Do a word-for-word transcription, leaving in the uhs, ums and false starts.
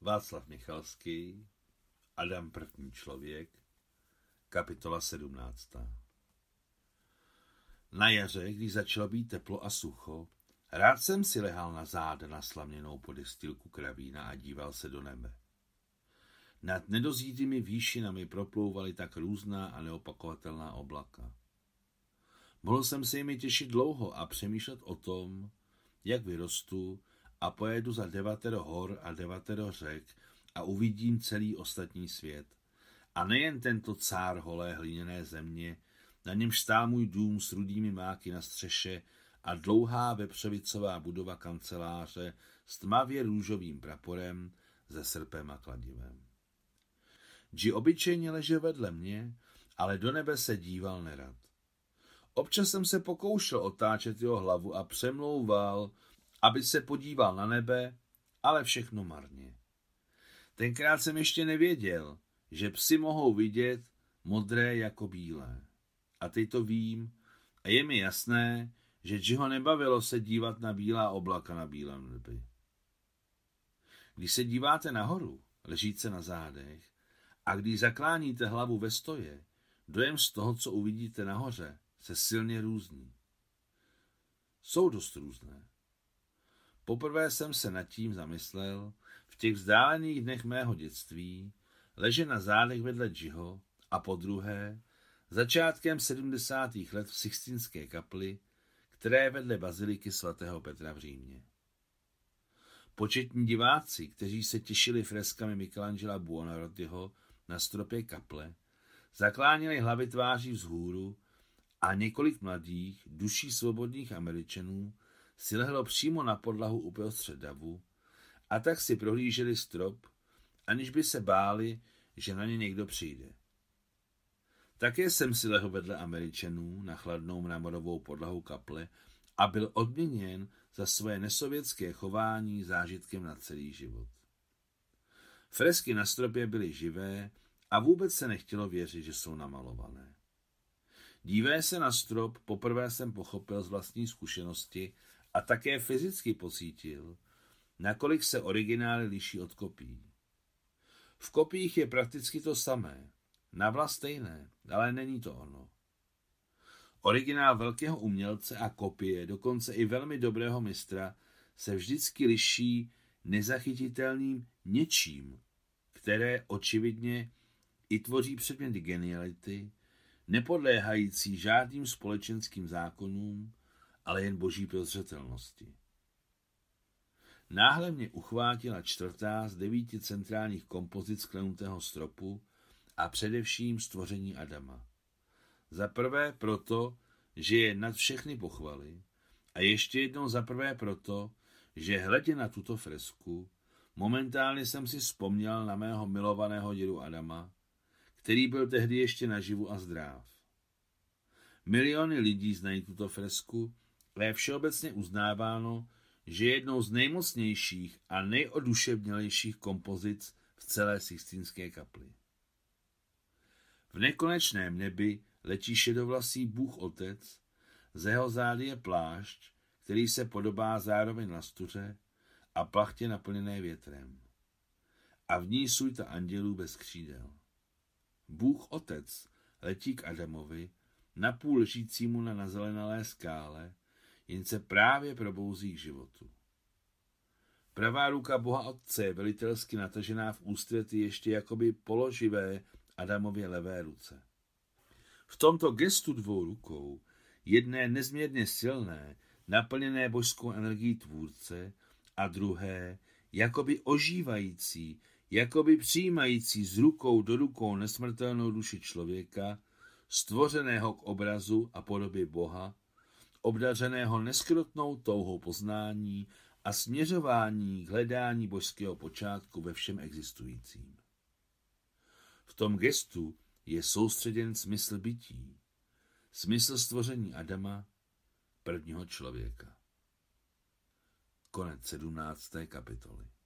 Václav Michalský, Adam první člověk, kapitola sedmnáctá. Na jaře, když začalo být teplo a sucho, rád jsem si lehal na záda na slaměnou podestýlku kravína a díval se do nebe. Nad nedozírnými výšinami proplouvaly tak různá a neopakovatelná oblaka. Mohl jsem se jimi těšit dlouho a přemýšlet o tom, jak vyrostu a pojedu za devatero hor a devatero řek a uvidím celý ostatní svět. A nejen tento cár holé hliněné země, na němž stál můj dům s rudými máky na střeše a dlouhá vepřovicová budova kanceláře s tmavě růžovým praporem se srpem a kladivem. G obyčejně ležel vedle mě, ale do nebe se díval nerad. Občas jsem se pokoušel otáčet jeho hlavu a přemlouval, aby se podíval na nebe, ale všechno marně. Tenkrát jsem ještě nevěděl, že psi mohou vidět modré jako bílé. A teď to vím a je mi jasné, že Gho nebavilo se dívat na bílá oblaka na bílém nebi. Když se díváte nahoru, ležíte na zádech, a když zakláníte hlavu ve stoje, dojem z toho, co uvidíte nahoře, se silně různí. Jsou dost různé. Poprvé jsem se nad tím zamyslel v těch vzdálených dnech mého dětství, leže na zádech vedle Gho, a podruhé začátkem sedmdesátých let v Sixtinské kapli, které je vedle baziliky svatého Petra v Římě. Početní diváci, kteří se těšili freskami Michelangela Buonarrotiho na stropě kaple, zakláněli hlavy tváří vzhůru a několik mladých, duší svobodných Američanů si lehlo přímo na podlahu uprostřed davu a tak si prohlíželi strop, aniž by se báli, že na ně někdo přijde. Také jsem si lehl vedle Američanů na chladnou mramorovou podlahu kaple a byl odměněn za své nesovětské chování zážitkem na celý život. Fresky na stropě byly živé a vůbec se nechtělo věřit, že jsou namalované. Dívé se na strop poprvé jsem pochopil z vlastní zkušenosti a také fyzicky pocítil, nakolik se originály liší od kopií. V kopiích je prakticky to samé, navla stejné, ale není to ono. Originál velkého umělce a kopie, dokonce i velmi dobrého mistra, se vždycky liší nezachytitelným něčím, které očividně i tvoří předmět geniality, nepodléhající žádným společenským zákonům, ale jen boží prozřetelnosti. Náhle mě uchvátila čtvrtá z devíti centrálních kompozic sklenutého stropu a především stvoření Adama. Za prvé proto, že je nad všechny pochvaly, a ještě jednou za prvé proto, že hledě na tuto fresku, momentálně jsem si vzpomněl na mého milovaného dědu Adama, který byl tehdy ještě naživu a zdrav. Miliony lidí znají tuto fresku a je všeobecně uznáváno, že je jednou z nejmocnějších a nejoduševnělejších kompozic v celé Sixtinské kapli. V nekonečném nebi letí šedovlasý Bůh Otec, za jeho zády je plášť, který se podobá zároveň lastuře a plachtě naplněné větrem. A v ní suita andělů bez křídel. Bůh Otec letí k Adamovi, napůl ležícímu na nazelenalé skále, jen se právě probouzí k životu. Pravá ruka Boha Otce je velitelsky natažená v ústřety ještě jakoby položivé Adamově levé ruce. V tomto gestu dvou rukou, jedné nezměrně silné, naplněné božskou energií tvůrce a druhé, jakoby ožívající, jakoby přijímající z rukou do rukou nesmrtelnou duši člověka, stvořeného k obrazu a podobě Boha, obdařeného neskrotnou touhou poznání a směřování k hledání božského počátku ve všem existujícím. V tom gestu je soustředěn smysl bytí, smysl stvoření Adama, prvního člověka. Konec sedmnácté kapitoly.